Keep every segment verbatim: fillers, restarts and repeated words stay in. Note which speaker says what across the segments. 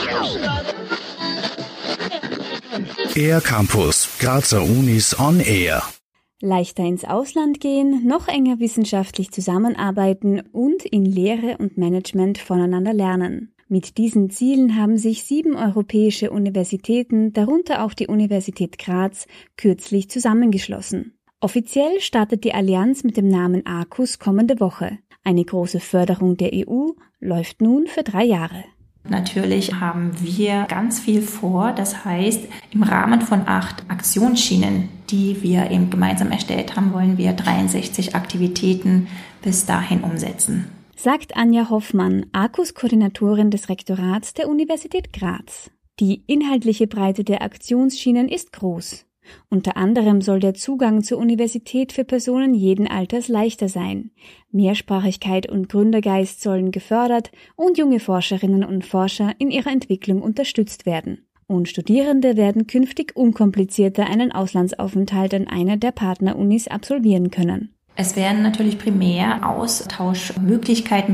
Speaker 1: Air Campus, Grazer Unis on Air.
Speaker 2: Leichter ins Ausland gehen, noch enger wissenschaftlich zusammenarbeiten und in Lehre und Management voneinander lernen. Mit diesen Zielen haben sich sieben europäische Universitäten, darunter auch die Universität Graz, kürzlich zusammengeschlossen. Offiziell startet die Allianz mit dem Namen Arcus kommende Woche. Eine große Förderung der E U läuft nun für drei Jahre.
Speaker 3: Natürlich haben wir ganz viel vor. Das heißt, im Rahmen von acht Aktionsschienen, die wir eben gemeinsam erstellt haben, wollen wir dreiundsechzig Aktivitäten bis dahin umsetzen.
Speaker 2: Sagt Anja Hoffmann, Arcus-Koordinatorin des Rektorats der Universität Graz. Die inhaltliche Breite der Aktionsschienen ist groß. Unter anderem soll der Zugang zur Universität für Personen jeden Alters leichter sein. Mehrsprachigkeit und Gründergeist sollen gefördert und junge Forscherinnen und Forscher in ihrer Entwicklung unterstützt werden. Und Studierende werden künftig unkomplizierter einen Auslandsaufenthalt an einer der Partnerunis absolvieren können.
Speaker 3: Es werden natürlich primär Austauschmöglichkeiten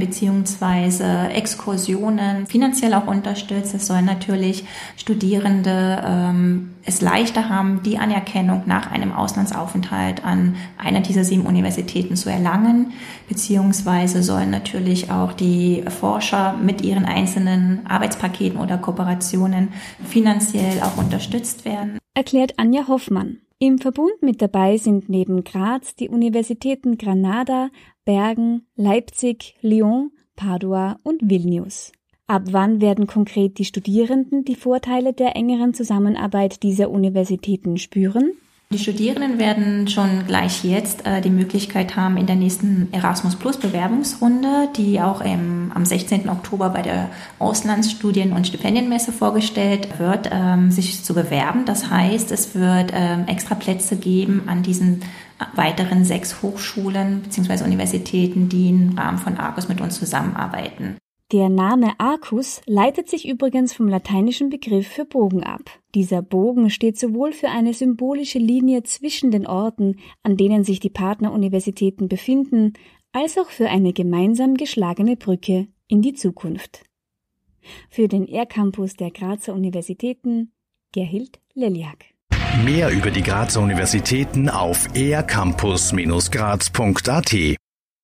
Speaker 3: bzw. Exkursionen finanziell auch unterstützt. Es sollen natürlich Studierende ähm, es leichter haben, die Anerkennung nach einem Auslandsaufenthalt an einer dieser sieben Universitäten zu erlangen, beziehungsweise sollen natürlich auch die Forscher mit ihren einzelnen Arbeitspaketen oder Kooperationen finanziell auch unterstützt werden.
Speaker 2: Erklärt Anja Hoffmann. Im Verbund mit dabei sind neben Graz die Universitäten Granada, Bergen, Leipzig, Lyon, Padua und Vilnius. Ab wann werden konkret die Studierenden die Vorteile der engeren Zusammenarbeit dieser Universitäten spüren?
Speaker 3: Die Studierenden werden schon gleich jetzt äh, die Möglichkeit haben, in der nächsten Erasmus Plus Bewerbungsrunde, die auch im, am sechzehnten Oktober bei der Auslandsstudien- und Stipendienmesse vorgestellt wird, ähm, sich zu bewerben. Das heißt, es wird ähm, extra Plätze geben an diesen weiteren sechs Hochschulen bzw. Universitäten, die im Rahmen von Arcus mit uns zusammenarbeiten.
Speaker 2: Der Name Arcus leitet sich übrigens vom lateinischen Begriff für Bogen ab. Dieser Bogen steht sowohl für eine symbolische Linie zwischen den Orten, an denen sich die Partneruniversitäten befinden, als auch für eine gemeinsam geschlagene Brücke in die Zukunft. Für den Air Campus der Grazer Universitäten, Gerhild Leliak.
Speaker 1: Mehr über die Grazer Universitäten auf air campus Bindestrich graz Punkt a t.